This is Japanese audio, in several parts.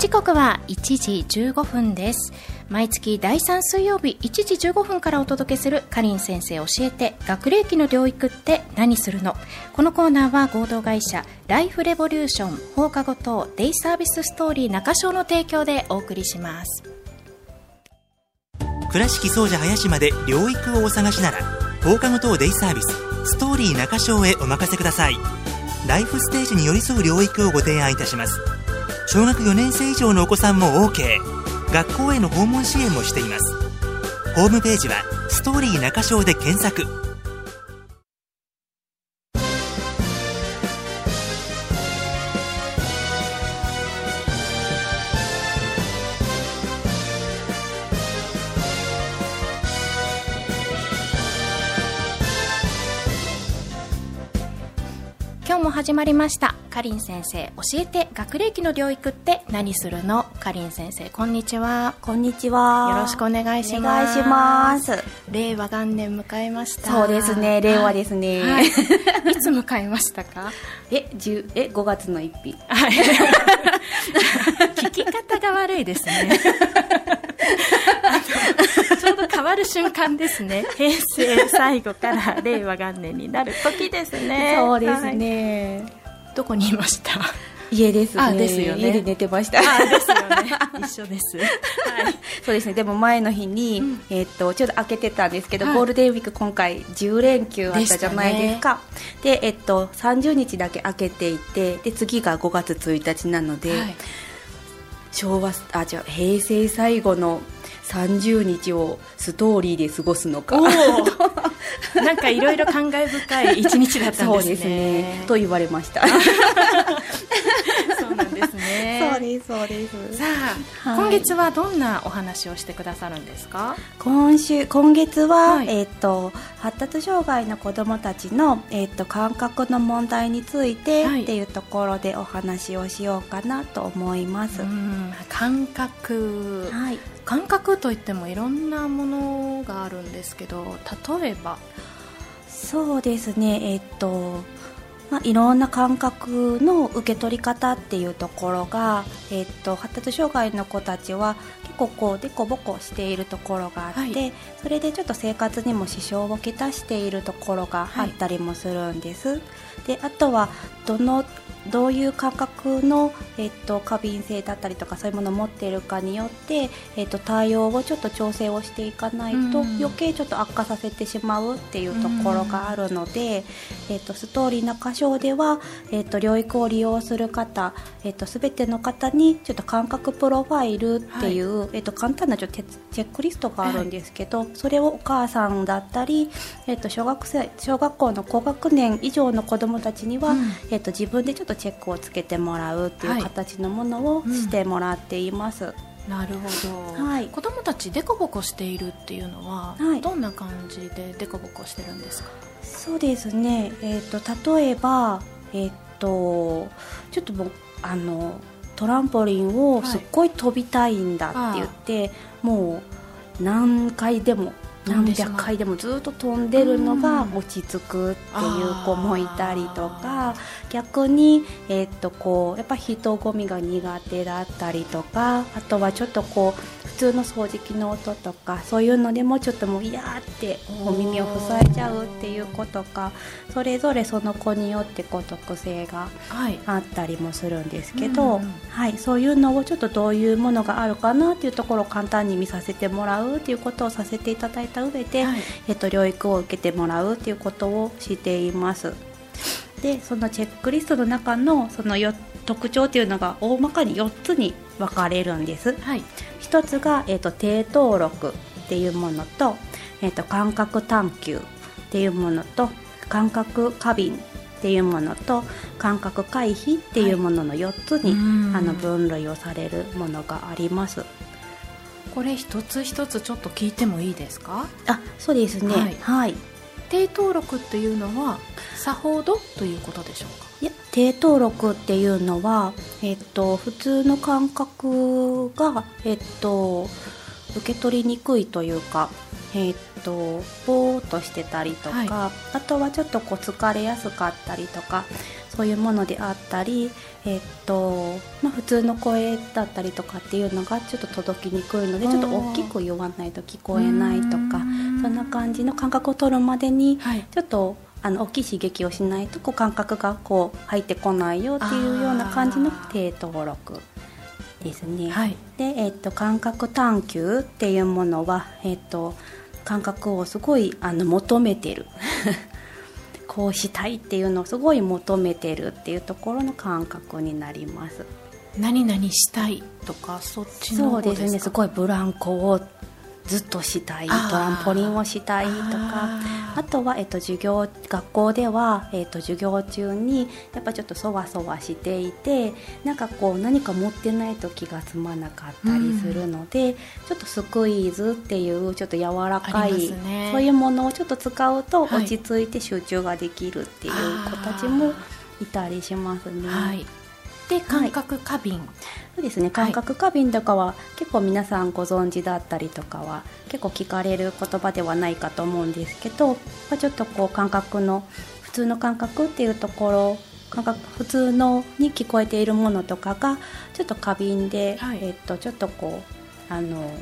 時刻は1時15分です。毎月第3水曜日1時15分からお届けするかりん先生教えて学齢期の療育って何するの。このコーナーは合同会社ライフレボリューション放課後等デイサービスストーリー中小の提供でお送りします。 倉敷総社林まで療育をお探しなら放課後等デイサービスストーリー中小へお任せください。ライフステージに寄り添う療育をご提案いたします。小学4年生以上のお子さんも OK、 学校への訪問支援もしています。ホームページはストーリー中小で検索。 今日も始まりましたかりん先生教えて学齢期の療育って何するの。かりん先生こんにちは。 こんにちは。 よろしくお願いします。 お願いします。 令和元年迎えました。 そうですね、令和ですね、 はい、いつ迎えましたか。 5月の1日、 はい、聞き方が悪いですねちょうど変わる瞬間ですね。平成最後から令和元年になる時ですね。 そうですね、 はい、どこにいました。 家ですね。 ですよね。 家で寝てました。 ですよね。一緒です、はい、 そうですね。でも前の日に、ちょうど開けてたんですけど、ゴールデンウィーク今回10連休あったじゃないですか。で、30日だけ開けていて、で次が5月1日なので、平成最後の30日をストーリーで過ごすのかなんかいろいろ感慨深い一日だったんですね。 そうですねと言われましたそうなんですね。 そうですそうです。 さあ、今月はどんなお話をしてくださるんですか。 今月は、発達障害の子どもたちの、感覚の問題について、っていうところでお話をしようかなと思います。 感覚、感覚といってもいろんなものがあるんですけど、例えば。 そうですね、いろんな感覚の受け取り方っていうところが、発達障害の子たちは結構こうデコボコしているところがあって、それでちょっと生活にも支障をきたしているところがあったりもするんです。で、あとはどういう感覚の、過敏性だったりとかそういうものを持っているかによって、対応をちょっと調整をしていかないと、余計ちょっと悪化させてしまうっていうところがあるので、ストーリー中小では、療育を利用する方、全ての方にちょっと感覚プロファイルっていう、簡単なチェックリストがあるんですけど、それをお母さんだったり、小学校の高学年以上の子どもたちには、自分でちょっとチェックをつけてもらうっていう形のものをしてもらっています。 なるほど、子どもたちデコボコしているっていうのは、どんな感じでデコボコしてるんですか。 そうですね、例えば、ちょっともうトランポリンをすっごい飛びたいんだって言って、もう何回でも何百回でもずっと飛んでるのが落ち着くっていう子もいたりとか、逆に、やっぱ人混みが苦手だったりとか、あとはちょっと普通の掃除機の音とかそういうのでもちょっともういやーって耳を塞いじゃうっていう子とか、それぞれその子によって特性があったりもするんですけど、そういうのをちょっとどういうものがあるかなっていうところを簡単に見させてもらうっていうことをさせていただいた上で、療育を受けてもらうっていうことをしています。で、そのチェックリストの中のその特徴っていうのが大まかに4つに分かれるんです。1つが、低登録っていうものと、感覚探求っていうものと、感覚過敏っていうものと、感覚回避っていうものの4つに、分類をされるものがあります。 これ一つ一つちょっと聞いてもいいですか。 そうですね、 低登録っていうのはさほどということでしょうか。 いや、低登録っていうのは、普通の感覚が、 受け取りにくいというか、ぼーっとしてたりとか、 はい、 あとはちょっとこう疲れやすかったりとか、そういうものであったり、普通の声だったりとかっていうのがちょっと届きにくいので、ちょっと大きく言わないと聞こえないとか、そんな感じの感覚を取るまでに、 はい、 ちょっと大きい刺激をしないとこう感覚がこう入ってこないよっていうような感じの低登録ですね。 はい、 で、感覚探求っていうものは、感覚をすごい求めてるこうしたいっていうのをすごい求めてるっていうところの感覚になります。 何々したいとか、そっちの方ですか？ そうですね、すごいブランコをずっとしたい、トランポリンをしたいとか、あとは、学校では、授業中にやっぱちょっとそわそわしていて、なんかこう何か持ってないと気が済まなかったりするので、ちょっとスクイーズっていうちょっと柔らかい、 ね、 そういうものをちょっと使うとはい、 落ち着いて集中ができるっていう子たちもいたりしますね。 はい、で感覚過敏、 そうですね、感覚過敏とかは結構皆さんご存知だったりとかは結構聞かれる言葉ではないかと思うんですけど、ちょっとこう感覚の普通の感覚っていうところ、普通のに聞こえているものとかがちょっと過敏で、 はい、 ちょっとこう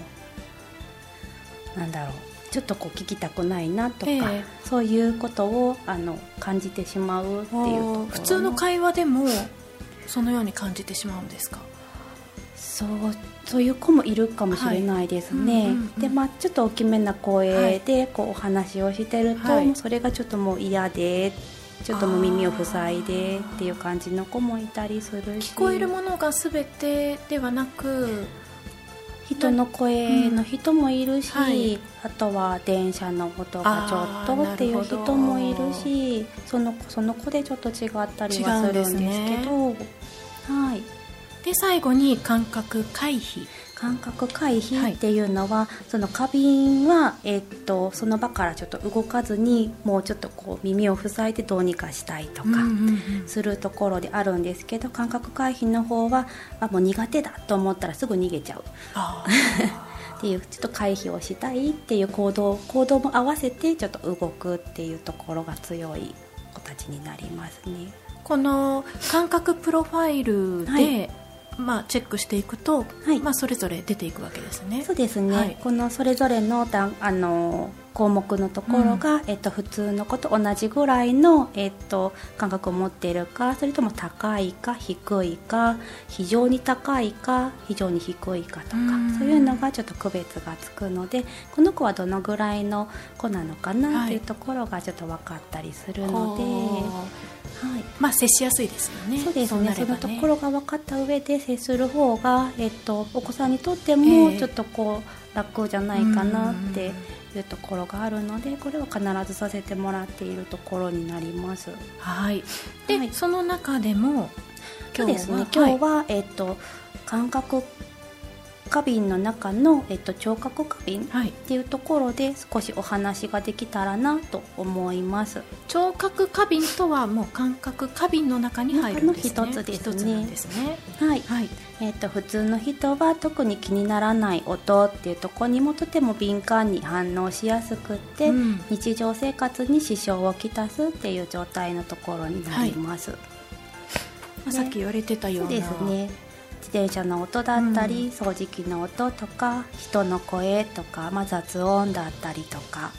なんだろう、ちょっとこう聞きたくないなとか、そういうことを感じてしまうっていうところ。 普通の会話でもそのように感じてしまうんですか？ そういう子もいるかもしれないですね。で、ちょっと大きめな声でこうお話をしてると、それがちょっともう嫌で、ちょっともう耳を塞いでっていう感じの子もいたりするし、 聞こえるものが全てではなく、 人の声の人もいるし、あとは電車の音がちょっとっていう人もいるし、その子でちょっと違ったりはするんですけど、はい。 で最後に感覚回避。 感覚回避っていうのは、その過敏は、その場からちょっと動かずに、もうちょっとこう耳を塞いでどうにかしたいとかするところであるんですけど、感覚回避の方はもう苦手だと思ったらすぐ逃げちゃうっていう、ちょっと回避をしたいっていう行動も合わせてちょっと動くっていうところが強い子たちになりますね。 この感覚プロファイルで、チェックしていくと、それぞれ出ていくわけですね。 そうですね、このそれぞれの項目のところが、普通の子と同じぐらいの、感覚を持っているか、それとも高いか低いか、非常に高いか非常に低いかとか、そういうのがちょっと区別がつくので、この子はどのぐらいの子なのかなっていうところがちょっと分かったりするので、 接しやすいですよね。 そうですね、そのところが分かった上で接する方が、お子さんにとってもちょっとこう楽じゃないかなっていうところがあるので、これは必ずさせてもらっているところになります。 で、その中でも今日は、感覚過敏の中の、聴覚過敏っていうところで少しお話ができたらなと思います。 聴覚過敏とはもう感覚過敏の中に入るんですね。 一つですね。 一つなんですね。 普通の人は特に気にならない音っていうところにもとても敏感に反応しやすくって、日常生活に支障をきたすっていう状態のところになります。 さっき言われてたような、 そうですね、自転車の音だったり、掃除機の音とか人の声とか、雑音だったりとか、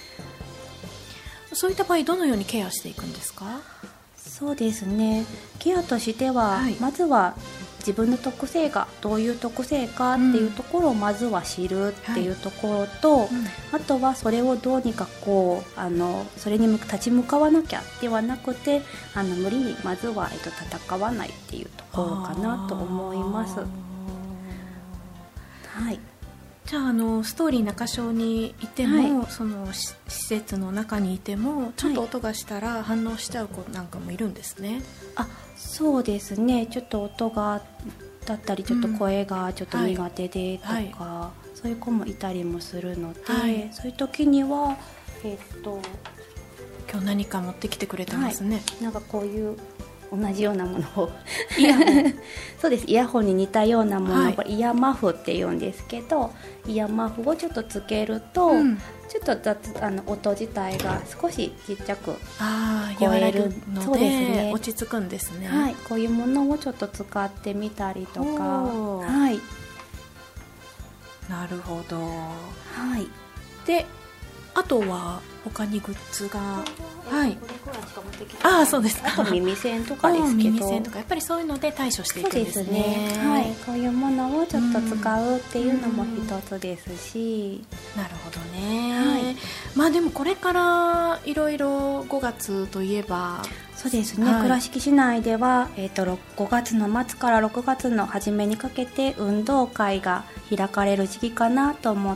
そういった場合どのようにケアしていくんですか？ そうですね、ケアとしては、まずは自分の特性がどういう特性かっていうところをまずは知るっていうところと、あとはそれをどうにかこうそれに立ち向かわなきゃではなくて、無理にまずは、戦わないっていうところかなと思います。 じゃあ、ストーリー中小にいても、その施設の中にいてもちょっと音がしたら反応しちゃう子なんかもいるんですね。 そうですね、ちょっと音がだったり、ちょっと声がちょっと苦手でとか、そういう子もいたりもするので、そういう時には今日何か持ってきてくれてますね。 なんかこういう同じようなものをイヤホンそうです、イヤホンに似たようなもの、 はい、 これイヤマフって言うんですけど、イヤマフをちょっとつけると、ちょっと音自体が少しちっちゃく聞こえるので、 そうですね、 落ち着くんですね。 はい、こういうものをちょっと使ってみたりとか、はい、 なるほど。 はい、 であとは他にグッズが、はい、そうです。 あと耳栓とかですけど、 耳栓とかやっぱりそういうので対処していくんですね。 そうですね、はい、こういうものをちょっと使うっていうのも一つですし、 なるほどね、 はい、 まあでもこれからいろいろ5月といえば、 そうですね、倉敷市内では、5月の末から6月の初めにかけて運動会が開かれる時期かなと思って。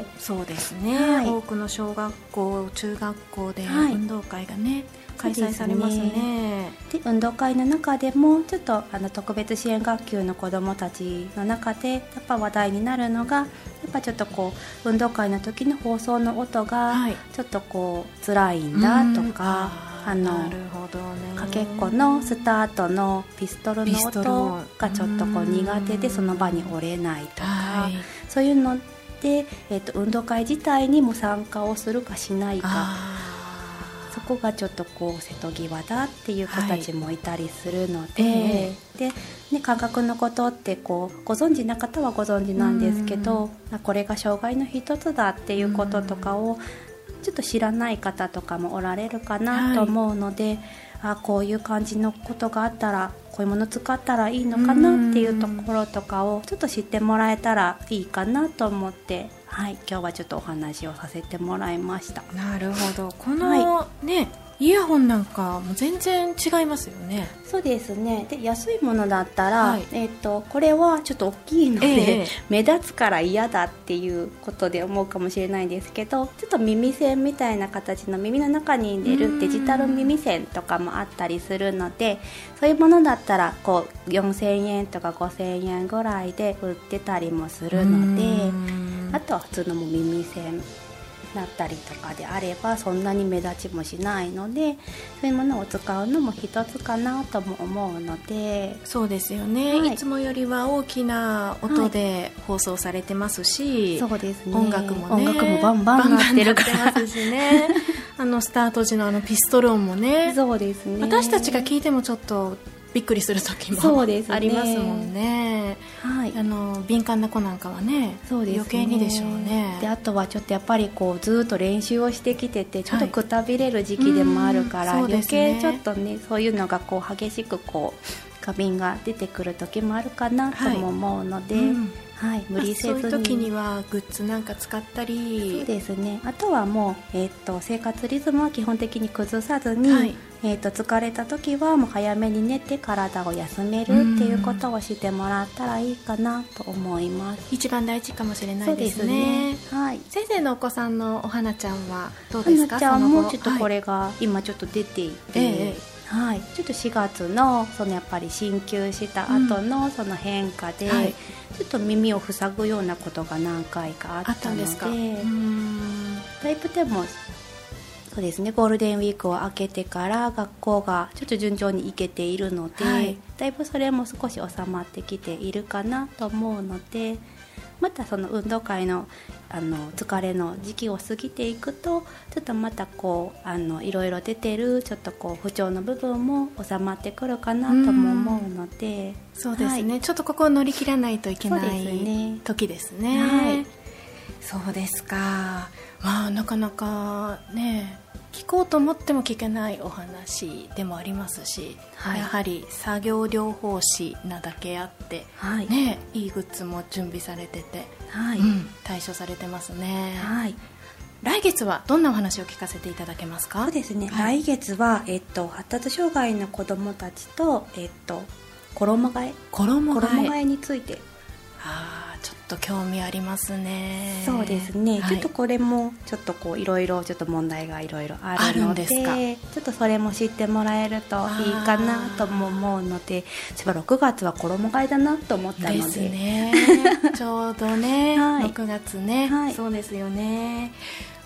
そうですね、はい、多くの小学校中学校で運動会がね、開催されますね。 で運動会の中でもちょっと特別支援学級の子どもたちの中でやっぱ話題になるのが、やっぱちょっとこう運動会の時の放送の音がちょっとこう辛いんだとか、 なるほどね、 かけっこのスタートのピストルの音がちょっとこう苦手でその場に折れないとか、そういうので、運動会自体にも参加をするかしないか、そこがちょっとこう瀬戸際だっていう子たちもいたりするので、でね、感覚のことってこうご存知な方はご存知なんですけど、これが障害の一つだっていうこととかをちょっと知らない方とかもおられるかなと思うので、こういう感じのことがあったらこういうもの使ったらいいのかなっていうところとかをちょっと知ってもらえたらいいかなと思って、はい、今日はちょっとお話をさせてもらいました。 なるほど。この、ね、イヤホンなんかも全然違いますよね。 そうですね。で安いものだったら、これはちょっと大きいので、目立つから嫌だっていうことで思うかもしれないんですけど、ちょっと耳栓みたいな形の耳の中に入れるデジタル耳栓とかもあったりするので、そういうものだったらこう4000円とか5000円ぐらいで売ってたりもするので、あとは普通のも耳栓だったりとかであればそんなに目立ちもしないので、そういうものを使うのも一つかなとも思うので。 そうですよね、いつもよりは大きな音で放送されてますし、 そうですね、 音楽もね、 音楽もバンバンなってるからますしねスタート時のピストル音もね、 そうですね、 私たちが聞いてもちょっとびっくりする時もありますもんね。はい、敏感な子なんかはね、そうですね、余計にでしょうね。 であとはちょっとやっぱりこうずっと練習をしてきててちょっとくたびれる時期でもあるから、余計ちょっとねそういうのがこう激しくこう過敏が出てくる時もあるかなとも思うので、はい、無理せずに、 そういう時にはグッズなんか使ったり、 そうですね、あとはもう、生活リズムは基本的に崩さずに、疲れた時はもう早めに寝て体を休めるっていうことをしてもらったらいいかなと思います。 一番大事かもしれないですね。はい、先生のお子さんのお花ちゃんはどうですか？ 花ちゃんもちょっとこれが今ちょっと出ていて、はい、ちょっと4月のそのやっぱり進級した後のその変化で、ちょっと耳を塞ぐようなことが何回かあったので、だいぶでもそうですね、ゴールデンウィークを明けてから学校がちょっと順調に行けているので、だいぶそれも少し収まってきているかなと思うので、またその運動会の疲れの時期を過ぎていくとちょっとまたこういろいろ出てるちょっとこう不調の部分も収まってくるかなとも思うので、 そうですね、ちょっとここを乗り切らないといけない時ですね。はい、そうですか。まあなかなかね聞こうと思っても聞けないお話でもありますし、やはり作業療法士なだけあって、ね、いいグッズも準備されてて、対処されてますね。来月はどんなお話を聞かせていただけますか？ そうですね、来月は、発達障害の子どもたちと、衣替えについて、 ちょっと興味ありますね。 そうですね、ちょっとこれもちょっとこういろいろちょっと問題がいろいろあるので、ちょっとそれも知ってもらえるといいかなとも思うので、6月は衣替えだなと思ったのでですねちょうどね、6月ね、そうですよね。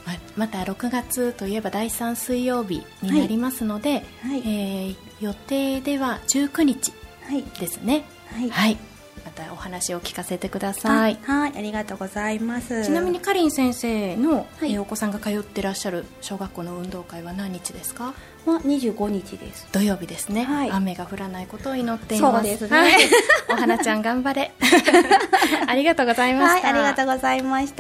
また6月といえば第3水曜日になりますので、予定では19日ですね。またお話を聞かせてください。 ありがとうございます。 ちなみにかりん先生の、お子さんが通ってらっしゃる小学校の運動会は何日ですか？ 25日です。 土曜日ですね。雨が降らないことを祈っています。 そうですね。 お花ちゃん頑張れ。ありがとうございました。 ありがとうございました。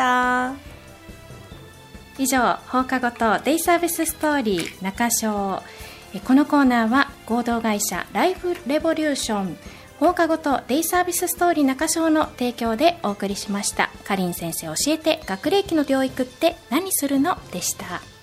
以上、放課後とデイサービスストーリー中小。このコーナーは合同会社ライフレボリューション放課後とデイサービスストーリー中小の提供でお送りしました。かりん先生教えて学齢期の療育って何するのでした。